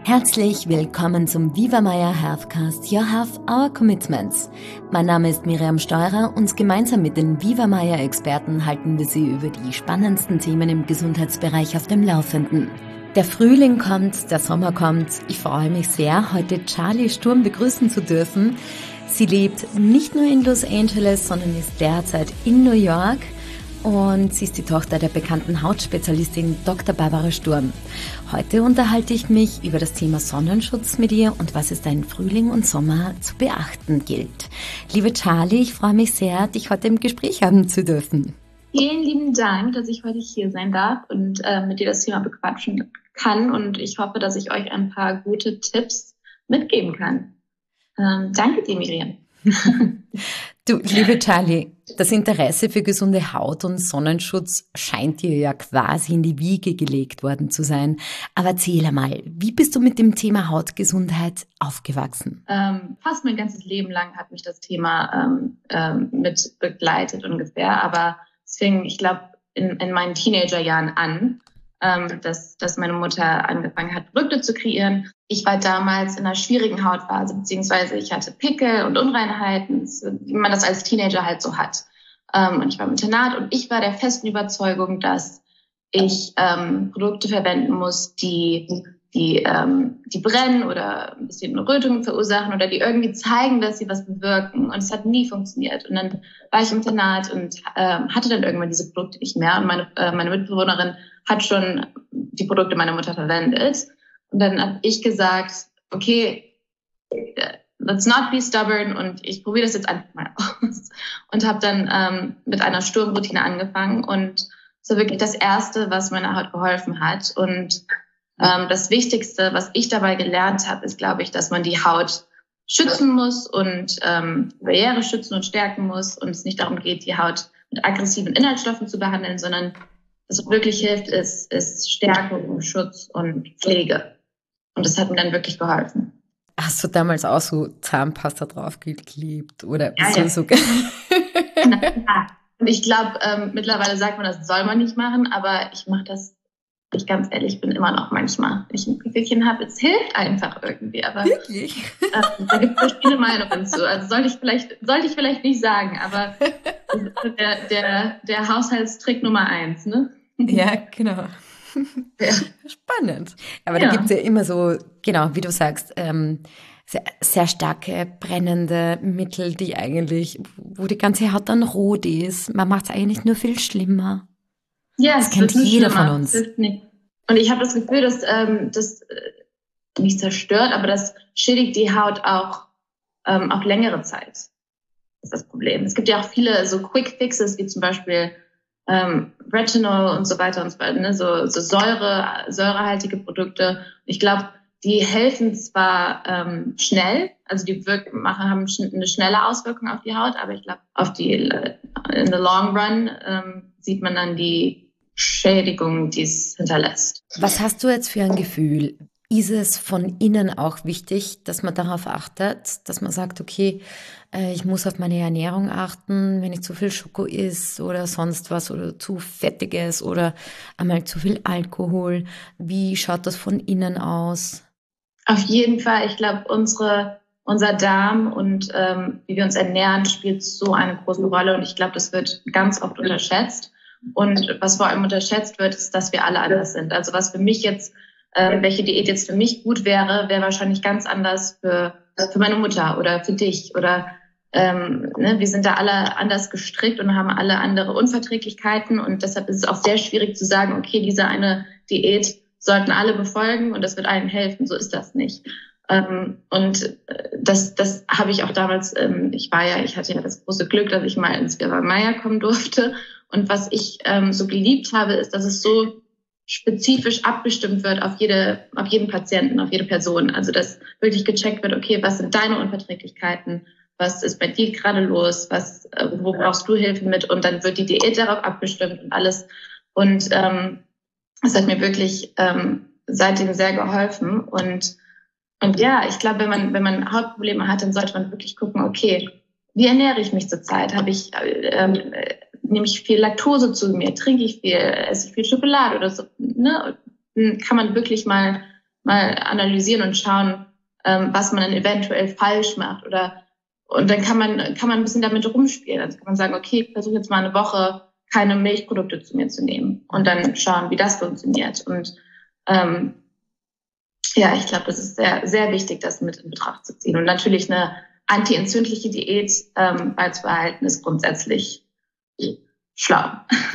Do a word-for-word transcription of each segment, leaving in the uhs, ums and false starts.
Herzlich willkommen zum Viva Maya Healthcast, Your Health, Our Commitments. Mein Name ist Miriam Steurer und gemeinsam mit den Viva Maya Experten halten wir Sie über die spannendsten Themen im Gesundheitsbereich auf dem Laufenden. Der Frühling kommt, der Sommer kommt. Ich freue mich sehr, heute Charlie Sturm begrüßen zu dürfen. Sie lebt nicht nur in Los Angeles, sondern ist derzeit in New York. Und sie ist die Tochter der bekannten Hautspezialistin Doktor Barbara Sturm. Heute unterhalte ich mich über das Thema Sonnenschutz mit ihr und was es da in Frühling und Sommer zu beachten gilt. Liebe Charlie, ich freue mich sehr, dich heute im Gespräch haben zu dürfen. Vielen lieben Dank, dass ich heute hier sein darf und äh, mit dir das Thema bequatschen kann. Und ich hoffe, dass ich euch ein paar gute Tipps mitgeben kann. Ähm, danke dir, Miriam. Du, liebe Charlie, das Interesse für gesunde Haut und Sonnenschutz scheint dir ja quasi in die Wiege gelegt worden zu sein. Aber erzähl einmal, wie bist du mit dem Thema Hautgesundheit aufgewachsen? Ähm, fast mein ganzes Leben lang hat mich das Thema ähm, ähm, mit begleitet ungefähr. Aber es fing, ich glaube, in, in meinen Teenagerjahren an, ähm, dass, dass meine Mutter angefangen hat, Produkte zu kreieren. Ich war damals in einer schwierigen Hautphase, beziehungsweise ich hatte Pickel und Unreinheiten, wie man das als Teenager halt so hat. Ähm, und ich war im Internat und ich war der festen Überzeugung, dass ich ähm, Produkte verwenden muss, die die ähm, die brennen oder ein bisschen Rötungen verursachen oder die irgendwie zeigen, dass sie was bewirken. Und es hat nie funktioniert. Und dann war ich im Internat und ähm, hatte dann irgendwann diese Produkte nicht mehr. Und meine äh, meine Mitbewohnerin hat schon die Produkte meiner Mutter verwendet. Und dann habe ich gesagt, okay, let's not be stubborn und ich probiere das jetzt einfach mal aus. Und habe dann ähm, mit einer Sturmroutine angefangen und es war wirklich das Erste, was meiner Haut geholfen hat. Und ähm, das Wichtigste, was ich dabei gelernt habe, ist, glaube ich, dass man die Haut schützen muss und ähm, Barriere schützen und stärken muss und es nicht darum geht, die Haut mit aggressiven Inhaltsstoffen zu behandeln, sondern was wirklich hilft, ist, ist Stärkung, Schutz und Pflege. Und das hat mir dann wirklich geholfen. Hast du damals auch so Zahnpasta draufgeklebt oder ja, so? Ja. so Und ich glaube, ähm, mittlerweile sagt man, das soll man nicht machen, aber ich mache das, ich ganz ehrlich bin, immer noch manchmal, wenn ich ein Pickelchen habe, es hilft einfach irgendwie. Aber wirklich? Äh, da gibt es verschiedene Meinungen zu. Also sollte ich vielleicht, sollte ich vielleicht nicht sagen, aber der, der, der Haushaltstrick Nummer eins, ne? Ja, genau. Ja. Spannend. Aber ja. Da gibt es ja immer so, genau, wie du sagst, ähm, sehr, sehr starke, brennende Mittel, die eigentlich, wo die ganze Haut dann rot ist. Man macht es eigentlich nur viel schlimmer. Ja, das kennt jeder schlimmer. von uns. Und ich habe das Gefühl, dass ähm, das äh, nicht zerstört, aber das schädigt die Haut auch ähm, auf längere Zeit. Das ist das Problem. Es gibt ja auch viele so Quick Fixes, wie zum Beispiel Ähm, Retinol und so weiter und so weiter, ne? so, so Säure, säurehaltige Produkte. Ich glaube, die helfen zwar ähm, schnell, also die wirken, machen, haben eine schnelle Auswirkung auf die Haut, aber ich glaube, auf die in the long run ähm, sieht man dann die Schädigung, die es hinterlässt. Was hast du jetzt für ein Gefühl? Ist es von innen auch wichtig, dass man darauf achtet, dass man sagt, okay, äh, ich muss auf meine Ernährung achten, wenn ich zu viel Schoko isst oder sonst was oder zu fettiges oder einmal zu viel Alkohol. Wie schaut das von innen aus? Auf jeden Fall. Ich glaube, unsere unser Darm und ähm, wie wir uns ernähren, spielt so eine große Rolle und ich glaube, das wird ganz oft unterschätzt. Und was vor allem unterschätzt wird, ist, dass wir alle anders sind. Also was für mich jetzt Äh, welche Diät jetzt für mich gut wäre, wäre wahrscheinlich ganz anders für, für meine Mutter oder für dich. Oder ähm, ne, wir sind da alle anders gestrickt und haben alle andere Unverträglichkeiten. Und deshalb ist es auch sehr schwierig zu sagen, okay, diese eine Diät sollten alle befolgen und das wird allen helfen. So ist das nicht. Ähm, und das, das habe ich auch damals, ähm, ich war ja, ich hatte ja das große Glück, dass ich mal ins Viva Maya kommen durfte. Und was ich ähm, so geliebt habe, ist, dass es so spezifisch abgestimmt wird auf jede, auf jeden Patienten, auf jede Person. Also, dass wirklich gecheckt wird, okay, was sind deine Unverträglichkeiten? Was ist bei dir gerade los? Was, wo brauchst du Hilfe mit? Und dann wird die Diät darauf abgestimmt und alles. Und, ähm, es hat mir wirklich, ähm, seitdem sehr geholfen. Und, und ja, ich glaube, wenn man, wenn man Hautprobleme hat, dann sollte man wirklich gucken, okay, wie ernähre ich mich zurzeit? Habe ich, ähm, nehme ich viel Laktose zu mir? Trinke ich viel? Esse ich viel Schokolade oder so? Ne? Kann man wirklich mal mal analysieren und schauen, ähm, was man dann eventuell falsch macht. Oder und dann kann man kann man ein bisschen damit rumspielen. Also kann man sagen, okay, ich versuche jetzt mal eine Woche keine Milchprodukte zu mir zu nehmen und dann schauen, wie das funktioniert. Und ähm, ja, ich glaube, das ist sehr sehr wichtig, das mit in Betracht zu ziehen. Und natürlich eine anti-entzündliche Diät ähm, beizubehalten, ist grundsätzlich schlau.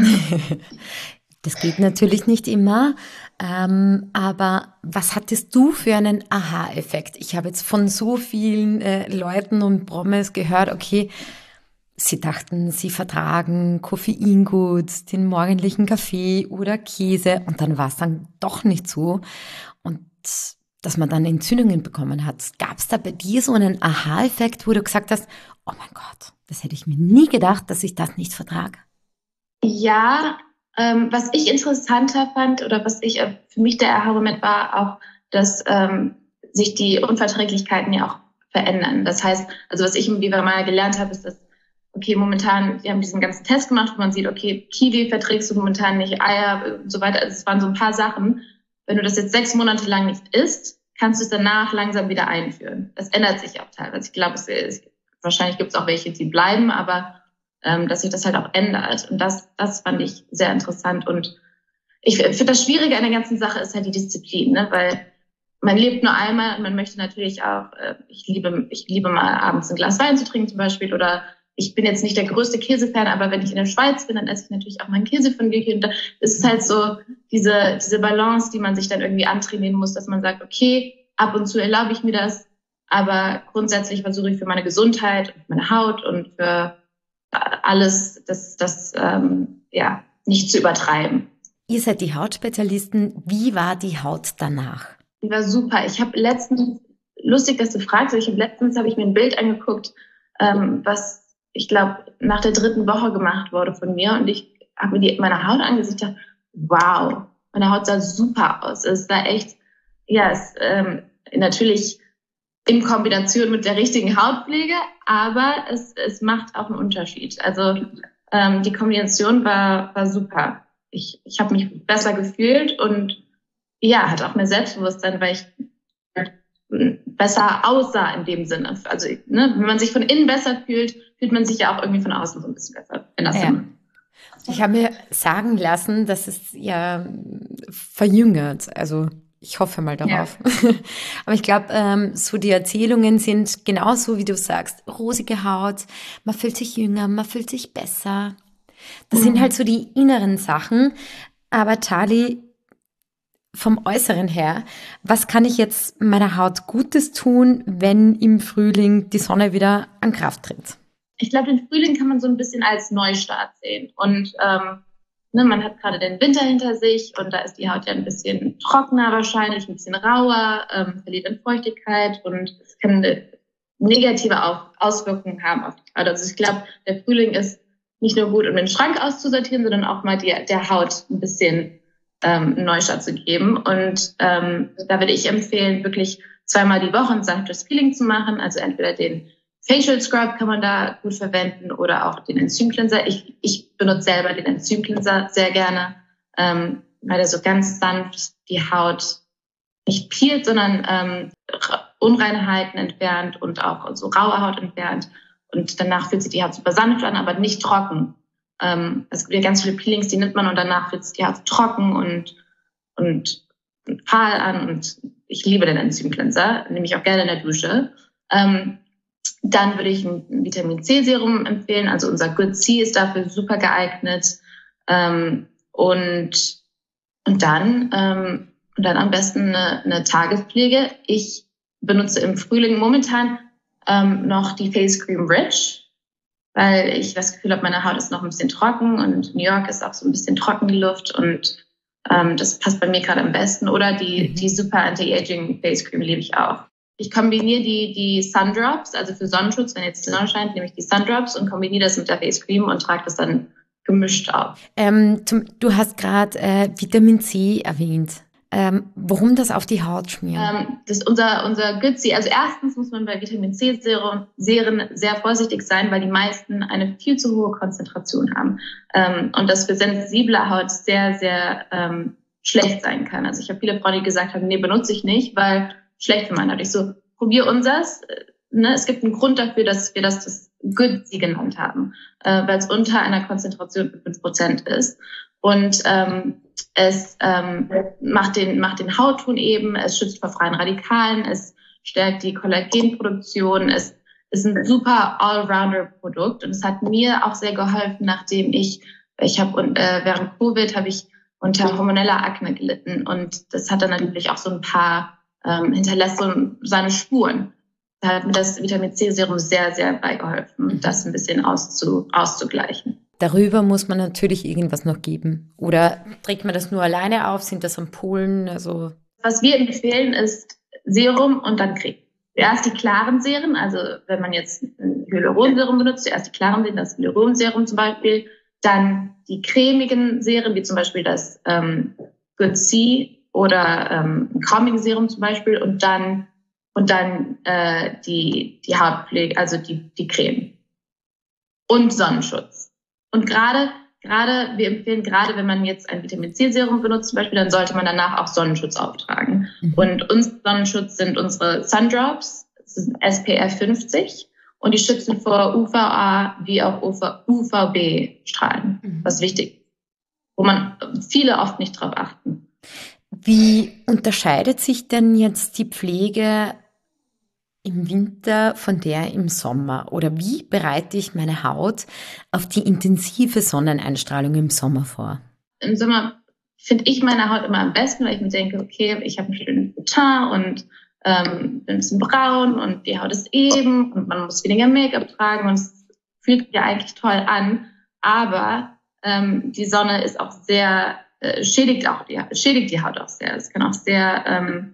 Das geht natürlich nicht immer, ähm, aber was hattest du für einen Aha-Effekt? Ich habe jetzt von so vielen äh, Leuten und Promis gehört, okay, sie dachten, sie vertragen Koffein gut, den morgendlichen Kaffee oder Käse und dann war es dann doch nicht so und dass man dann Entzündungen bekommen hat. Gab es da bei dir so einen Aha-Effekt, wo du gesagt hast, oh mein Gott, das hätte ich mir nie gedacht, dass ich das nicht vertrage? Ja, ähm, was ich interessanter fand oder was ich äh, für mich der Aha-Moment war, auch, dass ähm, sich die Unverträglichkeiten ja auch verändern. Das heißt, also was ich im Viva Maya gelernt habe, ist, dass, okay, momentan, wir haben diesen ganzen Test gemacht, wo man sieht, okay, Kiwi verträgst du momentan nicht, Eier und so weiter. Also es waren so ein paar Sachen. Wenn du das jetzt sechs Monate lang nicht isst, kannst du es danach langsam wieder einführen. Das ändert sich auch teilweise. Ich glaube, es ist, wahrscheinlich gibt es auch welche, die bleiben, aber ähm, dass sich das halt auch ändert. Und das, das fand ich sehr interessant. Und ich finde, das Schwierige an der ganzen Sache ist halt die Disziplin, ne? Weil man lebt nur einmal und man möchte natürlich auch, äh, ich liebe, ich liebe mal abends ein Glas Wein zu trinken zum Beispiel, oder ich bin jetzt nicht der größte Käsefan, aber wenn ich in der Schweiz bin, dann esse ich natürlich auch mal einen Käse von Gürkchen. Und da ist es halt so diese, diese Balance, die man sich dann irgendwie antrainieren muss, dass man sagt, okay, ab und zu erlaube ich mir das, aber grundsätzlich versuche ich für meine Gesundheit und meine Haut und für alles, das, das ähm, ja, nicht zu übertreiben. Ihr seid die Hautspezialisten. Wie war die Haut danach? Die war super. Ich habe letztens, lustig, dass du fragst, ich habe letztens habe ich mir ein Bild angeguckt, ähm, was ich glaube nach der dritten Woche gemacht wurde von mir, und ich habe mir die, meine Haut angesehen und dachte, wow, meine Haut sah super aus. Es sah echt, ja, es ähm, natürlich in Kombination mit der richtigen Hautpflege, aber es, es macht auch einen Unterschied. Also ähm, die Kombination war, war super. Ich, ich habe mich besser gefühlt und ja, hatte auch mehr Selbstbewusstsein, weil ich besser aussah in dem Sinne. Also ne, wenn man sich von innen besser fühlt, fühlt man sich ja auch irgendwie von außen so ein bisschen besser. In das ja. Ich habe mir sagen lassen, dass es ja verjüngert. Also ich hoffe mal darauf. Ja. Aber ich glaube, ähm, so die Erzählungen sind genauso, wie du sagst. Rosige Haut, man fühlt sich jünger, man fühlt sich besser. Das mhm. sind halt so die inneren Sachen. Aber Charlie, vom Äußeren her, was kann ich jetzt meiner Haut Gutes tun, wenn im Frühling die Sonne wieder an Kraft tritt? Ich glaube, den Frühling kann man so ein bisschen als Neustart sehen. Und ähm, ne, man hat gerade den Winter hinter sich und da ist die Haut ja ein bisschen trockener wahrscheinlich, ein bisschen rauer, ähm, verliert an Feuchtigkeit und es kann negative Auswirkungen haben auf die Haut. Also ich glaube, der Frühling ist nicht nur gut, um den Schrank auszusortieren, sondern auch mal die, der Haut ein bisschen ähm, einen Neustart zu geben. Und ähm, da würde ich empfehlen, wirklich zweimal die Woche ein sanftes Peeling zu machen. Also entweder den Facial Scrub kann man da gut verwenden oder auch den Enzymcleanser. Ich, ich benutze selber den Enzymcleanser sehr gerne, ähm, weil er so ganz sanft die Haut nicht peelt, sondern ähm, Unreinheiten entfernt und auch so raue Haut entfernt. Und danach fühlt sich die Haut super sanft an, aber nicht trocken. Ähm, es gibt ja ganz viele Peelings, die nimmt man und danach fühlt sich die Haut trocken und, und, und fahl an. Und ich liebe den Enzymcleanser, nehme ich auch gerne in der Dusche. Ähm, dann würde ich ein Vitamin-C-Serum empfehlen. Also unser Good C ist dafür super geeignet. Ähm, und, und dann, ähm, und dann am besten eine, eine Tagespflege. Ich benutze im Frühling momentan ähm, noch die Face Cream Rich, weil ich das Gefühl habe, meine Haut ist noch ein bisschen trocken und New York ist auch so ein bisschen trocken, die Luft, und ähm, das passt bei mir gerade am besten. Oder die, die Super Anti-Aging Face Cream liebe ich auch. Ich kombiniere die, die Sundrops, also für Sonnenschutz, wenn jetzt die Sonne scheint, nehme ich die Sundrops und kombiniere das mit der Face Cream und trage das dann gemischt auf. Ähm, zum, du hast gerade äh, Vitamin C erwähnt. Ähm, warum das auf die Haut schmieren? Ähm, das ist unser, unser Good C. Also erstens muss man bei Vitamin C-Serien sehr vorsichtig sein, weil die meisten eine viel zu hohe Konzentration haben. Ähm, und das für sensible Haut sehr, sehr ähm, schlecht sein kann. Also ich habe viele Frauen, die gesagt haben, nee, benutze ich nicht, weil schlecht für meinen hat. Ich so, probier unseres. Ne? Es gibt einen Grund dafür, dass wir das, das Günstig genannt haben, äh, weil es unter einer Konzentration von fünf Prozent ist. Und ähm, es ähm, macht den macht den Hautton eben, es schützt vor freien Radikalen, es stärkt die Kollagenproduktion, es ist ein super Allrounder-Produkt und es hat mir auch sehr geholfen, nachdem ich, ich habe äh, während Covid habe ich unter hormoneller Akne gelitten und das hat dann natürlich auch so ein paar, ähm, hinterlässt so seine Spuren. Da hat mir das Vitamin-C-Serum sehr, sehr beigeholfen, das ein bisschen auszu, auszugleichen. Darüber muss man natürlich irgendwas noch geben. Oder trägt man das nur alleine auf? Sind das Ampullen? Also was wir empfehlen, ist Serum und dann Creme. Zuerst die klaren Serien, also wenn man jetzt ein Hyaluronserum benutzt, zuerst die klaren Serien, das Hyaluronserum zum Beispiel, dann die cremigen Serien, wie zum Beispiel das ähm, Good C oder ähm, ein Calming-Serum zum Beispiel und dann und dann äh, die die Hautpflege, also die die Creme und Sonnenschutz. Und gerade gerade wir empfehlen gerade, wenn man jetzt ein Vitamin-C-Serum benutzt zum Beispiel, dann sollte man danach auch Sonnenschutz auftragen. Mhm. Und unser Sonnenschutz sind unsere Sundrops, das ist S P F fünfzig und die schützen vor U V A wie auch U V B-Strahlen, mhm. was wichtig ist, wo man viele oft nicht drauf achten. Wie unterscheidet sich denn jetzt die Pflege im Winter von der im Sommer? Oder wie bereite ich meine Haut auf die intensive Sonneneinstrahlung im Sommer vor? Im Sommer finde ich meine Haut immer am besten, weil ich mir denke, okay, ich habe einen schönen Teint und ähm, bin ein bisschen braun und die Haut ist eben und man muss weniger Make-up tragen und es fühlt ja eigentlich toll an. Aber ähm, die Sonne ist auch sehr, äh, schädigt auch die, schädigt die Haut auch sehr. Es kann auch sehr ähm,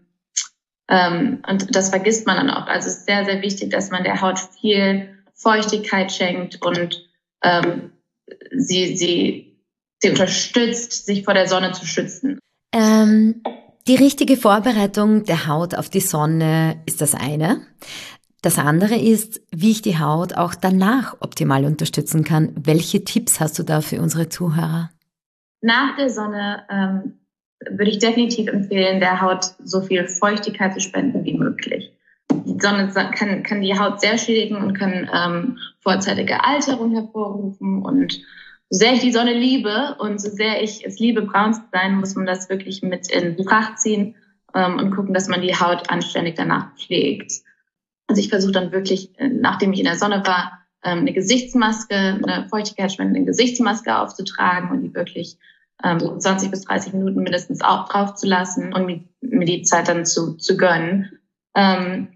Ähm, und das vergisst man dann auch. Also es ist sehr, sehr wichtig, dass man der Haut viel Feuchtigkeit schenkt und ähm, sie, sie, sie unterstützt, sich vor der Sonne zu schützen. Ähm, die richtige Vorbereitung der Haut auf die Sonne ist das eine. Das andere ist, wie ich die Haut auch danach optimal unterstützen kann. Welche Tipps hast du da für unsere Zuhörer? Nach der Sonne ähm, würde ich definitiv empfehlen, der Haut so viel Feuchtigkeit zu spenden wie möglich. Die Sonne kann, kann die Haut sehr schädigen und kann ähm, vorzeitige Alterung hervorrufen. Und so sehr ich die Sonne liebe und so sehr ich es liebe, braun zu sein, muss man das wirklich mit in Betracht ziehen ähm, und gucken, dass man die Haut anständig danach pflegt. Also ich versuche dann wirklich, nachdem ich in der Sonne war, ähm, eine Gesichtsmaske, eine feuchtigkeitsspendende Gesichtsmaske aufzutragen und die wirklich ähm, zwanzig bis dreißig Minuten mindestens auch drauf zu lassen und mir, mir die Zeit dann zu, zu gönnen. Ähm,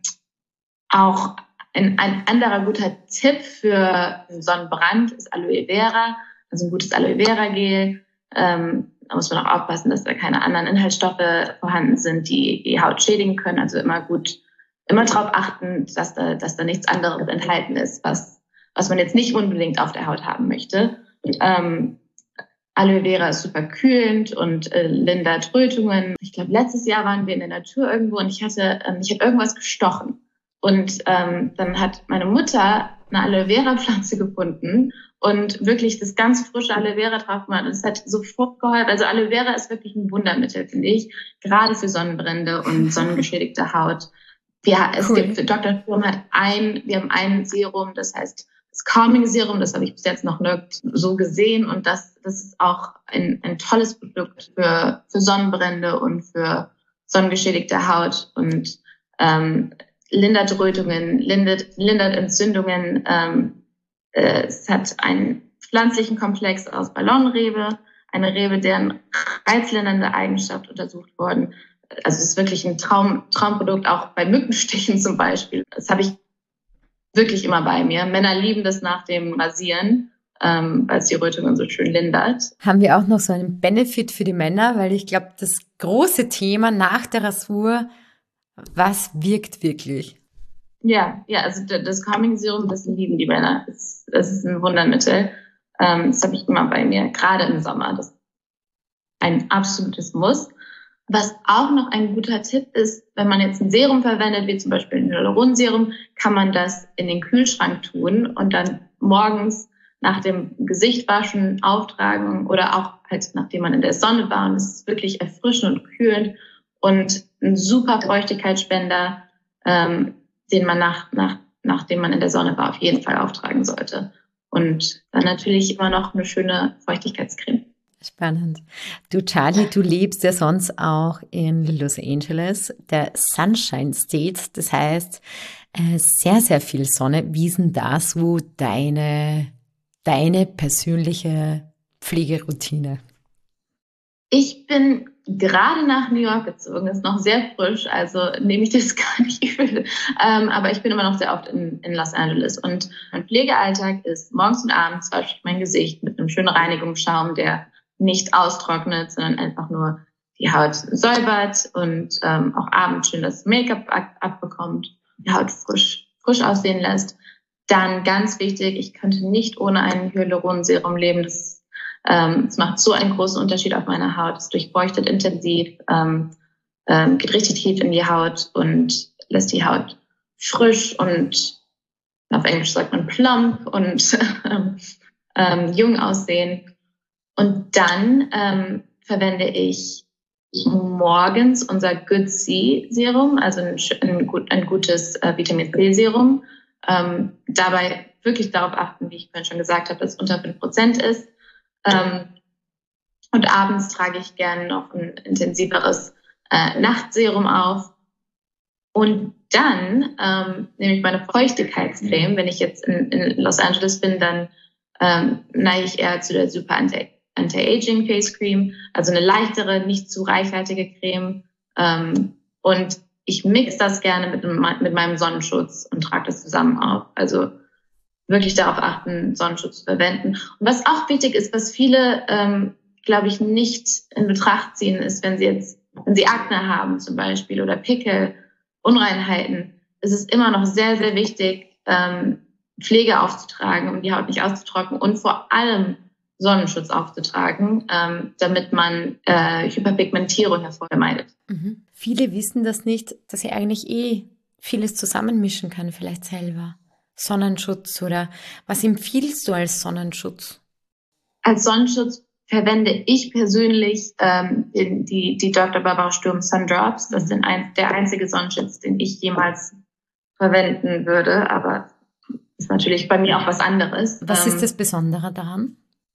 auch ein, ein anderer guter Tipp für Sonnenbrand ist Aloe Vera, also ein gutes Aloe Vera Gel. Ähm, da muss man auch aufpassen, dass da keine anderen Inhaltsstoffe vorhanden sind, die die Haut schädigen können. Also immer gut, immer darauf achten, dass da, dass da nichts anderes enthalten ist, was, was man jetzt nicht unbedingt auf der Haut haben möchte. Ähm, Aloe Vera ist super kühlend und äh, lindert Rötungen. Ich glaube, letztes Jahr waren wir in der Natur irgendwo und ich hatte, ähm, ich habe irgendwas gestochen. Und ähm, dann hat meine Mutter eine Aloe Vera Pflanze gefunden und wirklich das ganz frische Aloe Vera drauf gemacht. Und es hat sofort geholfen. Also Aloe Vera ist wirklich ein Wundermittel, finde ich, gerade für Sonnenbrände und sonnengeschädigte Haut. Ja, es cool. gibt, Doktor Sturm hat ein, wir haben ein Serum, das heißt das Calming Serum, das habe ich bis jetzt noch nicht so gesehen und das, das ist auch ein, ein tolles Produkt für, für Sonnenbrände und für sonnengeschädigte Haut und ähm, lindert Rötungen, lindert, lindert Entzündungen. Ähm, äh, es hat einen pflanzlichen Komplex aus Ballonrebe, eine Rebe, deren reizlindernde Eigenschaft untersucht worden. Also es ist wirklich ein Traum, Traumprodukt, auch bei Mückenstichen zum Beispiel. Das habe ich wirklich immer bei mir. Männer lieben das nach dem Rasieren, ähm, weil es die Rötungen so schön lindert. Haben wir auch noch so einen Benefit für die Männer, weil ich glaube, das große Thema nach der Rasur, was wirkt wirklich? Ja, ja, also das Calming Serum, das lieben die Männer. Das, das ist ein Wundermittel. Ähm, das habe ich immer bei mir, gerade im Sommer. Das ist ein absolutes Muss. Was auch noch ein guter Tipp ist, wenn man jetzt ein Serum verwendet, wie zum Beispiel ein Hyaluronserum, kann man das in den Kühlschrank tun und dann morgens nach dem Gesichtwaschen auftragen oder auch halt nachdem man in der Sonne war. Und es ist wirklich erfrischend und kühlend und ein super Feuchtigkeitsspender, ähm, den man nach, nach, nachdem man in der Sonne war, auf jeden Fall auftragen sollte. Und dann natürlich immer noch eine schöne Feuchtigkeitscreme. Spannend. Du, Charlie, du lebst ja sonst auch in Los Angeles, der Sunshine State. Das heißt, äh, sehr, sehr viel Sonne. Wie ist denn da so deine, deine persönliche Pflegeroutine? Ich bin gerade nach New York gezogen, ist noch sehr frisch, also nehme ich das gar nicht übel. Ähm, aber ich bin immer noch sehr oft in, in Los Angeles. Und mein Pflegealltag ist morgens und abends wasche ich mein Gesicht mit einem schönen Reinigungsschaum, der nicht austrocknet, sondern einfach nur die Haut säubert und ähm, auch abends schön das Make-up ab, abbekommt, die Haut frisch, frisch aussehen lässt. Dann ganz wichtig, ich könnte nicht ohne ein Hyaluronserum leben. Das Ähm, es macht so einen großen Unterschied auf meiner Haut. Es durchfeuchtet intensiv, ähm, ähm, geht richtig tief in die Haut und lässt die Haut frisch und auf Englisch sagt man plump und ähm, jung aussehen. Und dann ähm, verwende ich morgens unser Good C Serum, also ein, ein, gut, ein gutes äh, Vitamin C Serum. Ähm, dabei wirklich darauf achten, wie ich vorhin schon gesagt habe, dass es unter fünf Prozent ist. Ähm, und abends trage ich gerne noch ein intensiveres äh, Nachtserum auf. Und dann ähm, nehme ich meine Feuchtigkeitscreme. Wenn ich jetzt in, in Los Angeles bin, dann ähm, neige ich eher zu der Super Anti- Anti-Aging Face Cream, also eine leichtere, nicht zu reichhaltige Creme. Ähm, und ich mixe das gerne mit, mit meinem Sonnenschutz und trage das zusammen auf. Also wirklich darauf achten, Sonnenschutz zu verwenden. Und was auch wichtig ist, was viele, ähm, glaube ich, nicht in Betracht ziehen, ist, wenn sie jetzt, wenn sie Akne haben zum Beispiel oder Pickel, Unreinheiten, ist es immer noch sehr, sehr wichtig, ähm, Pflege aufzutragen, um die Haut nicht auszutrocknen und vor allem Sonnenschutz aufzutragen, ähm, damit man äh, Hyperpigmentierung hervorvermeidet. Mhm. Viele wissen das nicht, dass sie eigentlich eh vieles zusammenmischen kann, vielleicht selber. Sonnenschutz oder was empfiehlst du als Sonnenschutz? Als Sonnenschutz verwende ich persönlich ähm, die, die, die Doktor Barbara Sturm Sun Drops. Das sind ein, der einzige Sonnenschutz, den ich jemals verwenden würde, aber ist natürlich bei mir auch was anderes. Was ähm, ist das Besondere daran?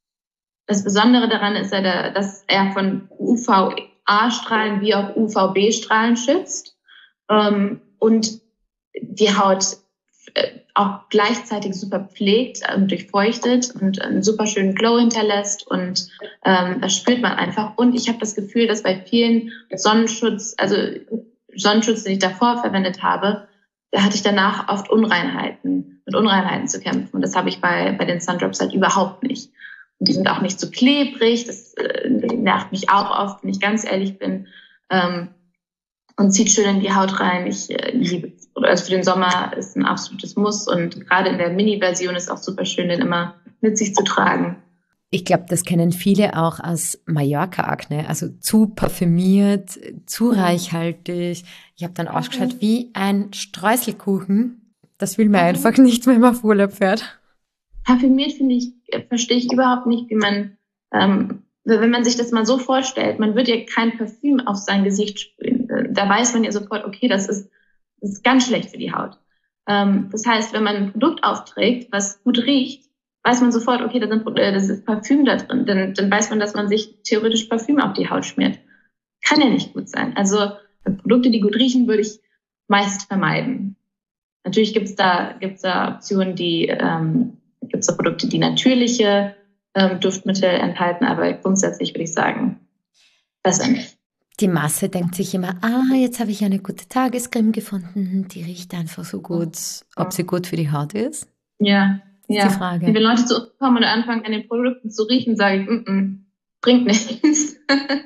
Das Besondere daran ist ja, der, dass er von U V A-Strahlen wie auch U V B-Strahlen schützt ähm, und die Haut äh, auch gleichzeitig super pflegt und durchfeuchtet und einen super schönen Glow hinterlässt und ähm, das spürt man einfach. Und ich habe das Gefühl, dass bei vielen Sonnenschutz, also Sonnenschutz, den ich davor verwendet habe, da hatte ich danach oft Unreinheiten, mit Unreinheiten zu kämpfen. Und das habe ich bei, bei den Sundrops halt überhaupt nicht. Und die sind auch nicht so klebrig, das äh, nervt mich auch oft, wenn ich ganz ehrlich bin. Ähm, und zieht schön in die Haut rein. Ich äh, liebe es. Also für den Sommer ist ein absolutes Muss und gerade in der Mini-Version ist auch super schön, den immer mit sich zu tragen. Ich glaube, das kennen viele auch als Mallorca-Akne, also zu parfümiert, zu reichhaltig. Ich habe dann ausgeschaut wie ein Streuselkuchen. Das will man mhm. einfach nicht, wenn man auf Urlaub fährt. Parfümiert, finde ich, verstehe ich überhaupt nicht, wie man, ähm, wenn man sich das mal so vorstellt, man würde ja kein Parfüm auf sein Gesicht sprühen. Da weiß man ja sofort, okay, das ist, das ist ganz schlecht für die Haut. Ähm, das heißt, wenn man ein Produkt aufträgt, was gut riecht, weiß man sofort, okay, da, sind, das ist Parfüm da drin. Dann, dann weiß man, dass man sich theoretisch Parfüm auf die Haut schmiert. Kann ja nicht gut sein. Also Produkte, die gut riechen, würde ich meist vermeiden. Natürlich gibt es da, gibt's da Optionen, die, ähm, gibt es da Produkte, die natürliche ähm, Duftmittel enthalten, aber grundsätzlich würde ich sagen, besser nicht. Die Masse denkt sich immer, ah, jetzt habe ich eine gute Tagescreme gefunden, die riecht einfach so gut. Ob sie gut für die Haut ist? Ja, ist ja. die Frage. Und wenn Leute zu uns kommen und anfangen, an den Produkten zu riechen, sage ich, mm -mm, bringt nichts.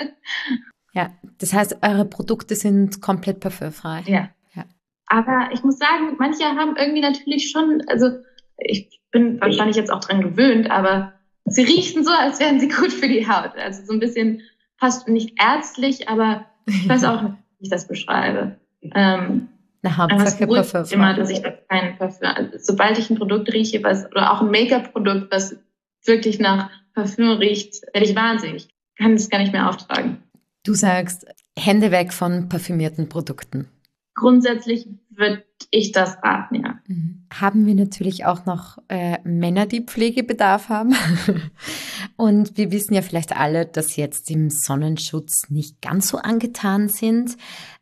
Ja, das heißt, eure Produkte sind komplett parfümfrei. Ja. ja. Aber ich muss sagen, manche haben irgendwie natürlich schon, also ich bin wahrscheinlich jetzt auch dran gewöhnt, aber sie riechen so, als wären sie gut für die Haut. Also so ein bisschen fast nicht ärztlich, aber ich weiß auch nicht, wie ich das beschreibe. Ähm, Na, Hauptsache Parfüm. Immer, dass ich kein Parfüm, also sobald ich ein Produkt rieche, was, oder auch ein Make-up-Produkt, was wirklich nach Parfüm riecht, werde ich wahnsinnig. Ich kann es gar nicht mehr auftragen. Du sagst, Hände weg von parfümierten Produkten. Grundsätzlich würde ich das raten, ja. Mhm. Haben wir natürlich auch noch äh, Männer, die Pflegebedarf haben. Und wir wissen ja vielleicht alle, dass jetzt im Sonnenschutz nicht ganz so angetan sind.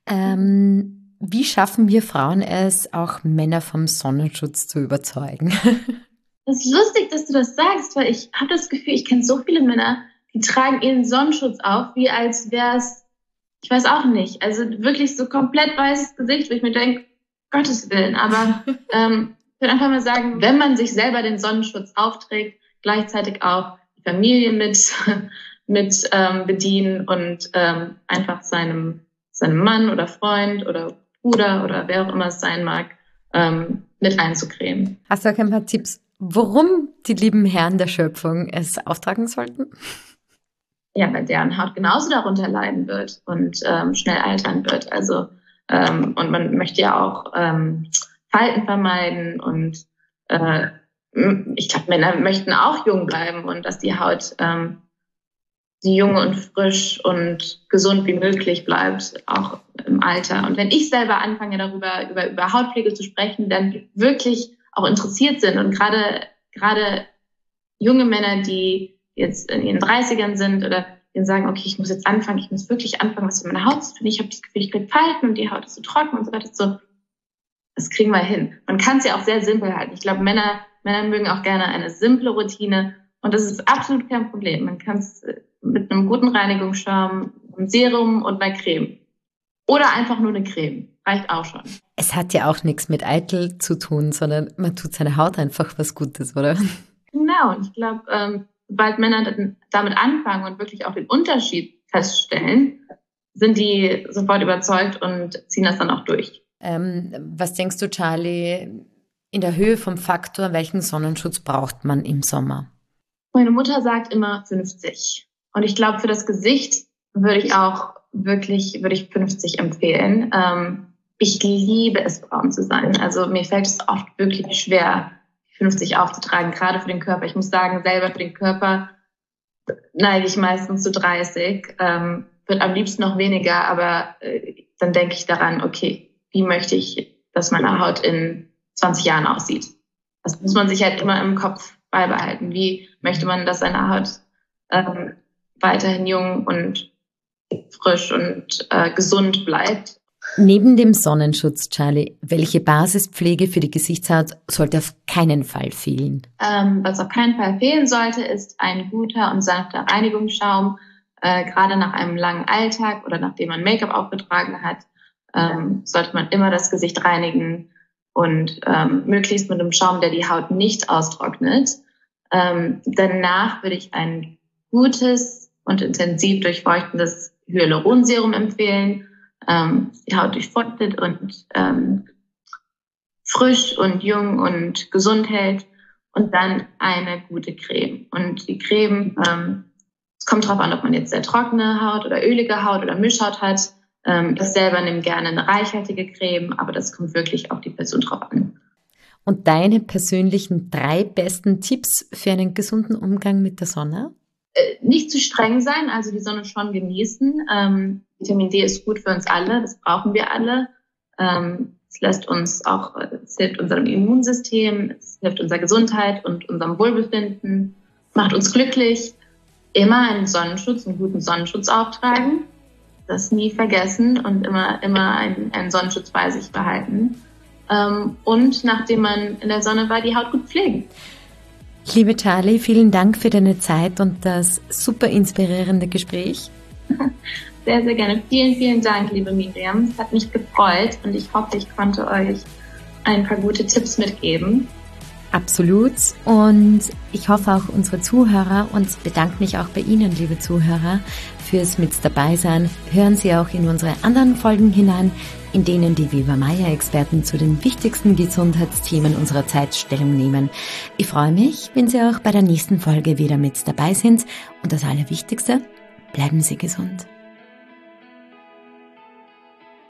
Ähm, wie schaffen wir Frauen es, auch Männer vom Sonnenschutz zu überzeugen? Das ist lustig, dass du das sagst, weil ich habe das Gefühl, ich kenne so viele Männer, die tragen ihren Sonnenschutz auf, wie als wäre es, ich weiß auch nicht, also wirklich so komplett weißes Gesicht, wo ich mir denke, Gottes Willen. Aber ähm, ich würde einfach mal sagen, wenn man sich selber den Sonnenschutz aufträgt, gleichzeitig auch die Familie mit, mit ähm, bedienen und ähm, einfach seinem, seinem Mann oder Freund oder Bruder oder wer auch immer es sein mag, ähm, mit einzucremen. Hast du auch ein paar Tipps, warum die lieben Herren der Schöpfung es auftragen sollten? Ja, weil deren Haut genauso darunter leiden wird und ähm, schnell altern wird. Also ähm, und man möchte ja auch ähm, Falten vermeiden und äh, ich glaube, Männer möchten auch jung bleiben und dass die Haut ähm, die jung und frisch und gesund wie möglich bleibt, auch im Alter. Und wenn ich selber anfange, darüber über, über Hautpflege zu sprechen, dann wirklich auch interessiert sind und gerade gerade junge Männer, die jetzt in ihren dreißigern sind oder die sagen, okay, ich muss jetzt anfangen, ich muss wirklich anfangen, was für meine Haut zu tun. Ich habe das Gefühl, ich kriege Falten und die Haut ist so trocken und so weiter. So, das kriegen wir hin. Man kann es ja auch sehr simpel halten. Ich glaube, Männer, Männer mögen auch gerne eine simple Routine und das ist absolut kein Problem. Man kann es mit einem guten Reinigungsschaum, einem Serum und einer Creme oder einfach nur eine Creme. Reicht auch schon. Es hat ja auch nichts mit eitel zu tun, sondern man tut seiner Haut einfach was Gutes, oder? Genau, und ich glaube, ähm, sobald Männer damit anfangen und wirklich auch den Unterschied feststellen, sind die sofort überzeugt und ziehen das dann auch durch. Ähm, was denkst du, Charlie, in der Höhe vom Faktor, welchen Sonnenschutz braucht man im Sommer? Meine Mutter sagt immer fünfzig. Und ich glaube, für das Gesicht würde ich auch wirklich, würde ich fünfzig empfehlen. Ähm, ich liebe es, braun zu sein. Also mir fällt es oft wirklich schwer, fünfzig aufzutragen, gerade für den Körper. Ich muss sagen, selber für den Körper neige ich meistens zu dreißig. Ähm, wird am liebsten noch weniger, aber äh, dann denke ich daran, okay, wie möchte ich, dass meine Haut in zwanzig Jahren aussieht? Das muss man sich halt immer im Kopf beibehalten. Wie möchte man, dass seine Haut ähm, weiterhin jung und frisch und äh, gesund bleibt? Neben dem Sonnenschutz, Charlie, welche Basispflege für die Gesichtshaut sollte auf keinen Fall fehlen? Ähm, was auf keinen Fall fehlen sollte, ist ein guter und sanfter Reinigungsschaum. Äh, gerade nach einem langen Alltag oder nachdem man Make-up aufgetragen hat, ähm, sollte man immer das Gesicht reinigen und ähm, möglichst mit einem Schaum, der die Haut nicht austrocknet. Ähm, danach würde ich ein gutes und intensiv durchfeuchtendes Hyaluronserum empfehlen. Ähm, die Haut durchfeuchtet und ähm, frisch und jung und gesund hält und dann eine gute Creme. Und die Creme, ähm, es kommt darauf an, ob man jetzt sehr trockene Haut oder ölige Haut oder Mischhaut hat. Ähm, ich selber nehme gerne eine reichhaltige Creme, aber das kommt wirklich auf die Person drauf an. Und deine persönlichen drei besten Tipps für einen gesunden Umgang mit der Sonne? Äh, nicht zu streng sein, also die Sonne schon genießen. Ähm, Vitamin D ist gut für uns alle, das brauchen wir alle. Ähm, es lässt uns auch, es hilft unserem Immunsystem, es hilft unserer Gesundheit und unserem Wohlbefinden, macht uns glücklich. Immer einen Sonnenschutz, einen guten Sonnenschutz auftragen, das nie vergessen und immer, immer einen, einen Sonnenschutz bei sich behalten. Ähm, und nachdem man in der Sonne war, die Haut gut pflegen. Liebe Charlie, vielen Dank für deine Zeit und das super inspirierende Gespräch. Sehr, sehr gerne. Vielen, vielen Dank, liebe Miriam. Es hat mich gefreut und ich hoffe, ich konnte euch ein paar gute Tipps mitgeben. Absolut. Und ich hoffe auch unsere Zuhörer und bedanke mich auch bei Ihnen, liebe Zuhörer, fürs mit dabei sein. Hören Sie auch in unsere anderen Folgen hinein, in denen die Viva Maya Experten zu den wichtigsten Gesundheitsthemen unserer Zeit Stellung nehmen. Ich freue mich, wenn Sie auch bei der nächsten Folge wieder mit dabei sind. Und das Allerwichtigste, bleiben Sie gesund.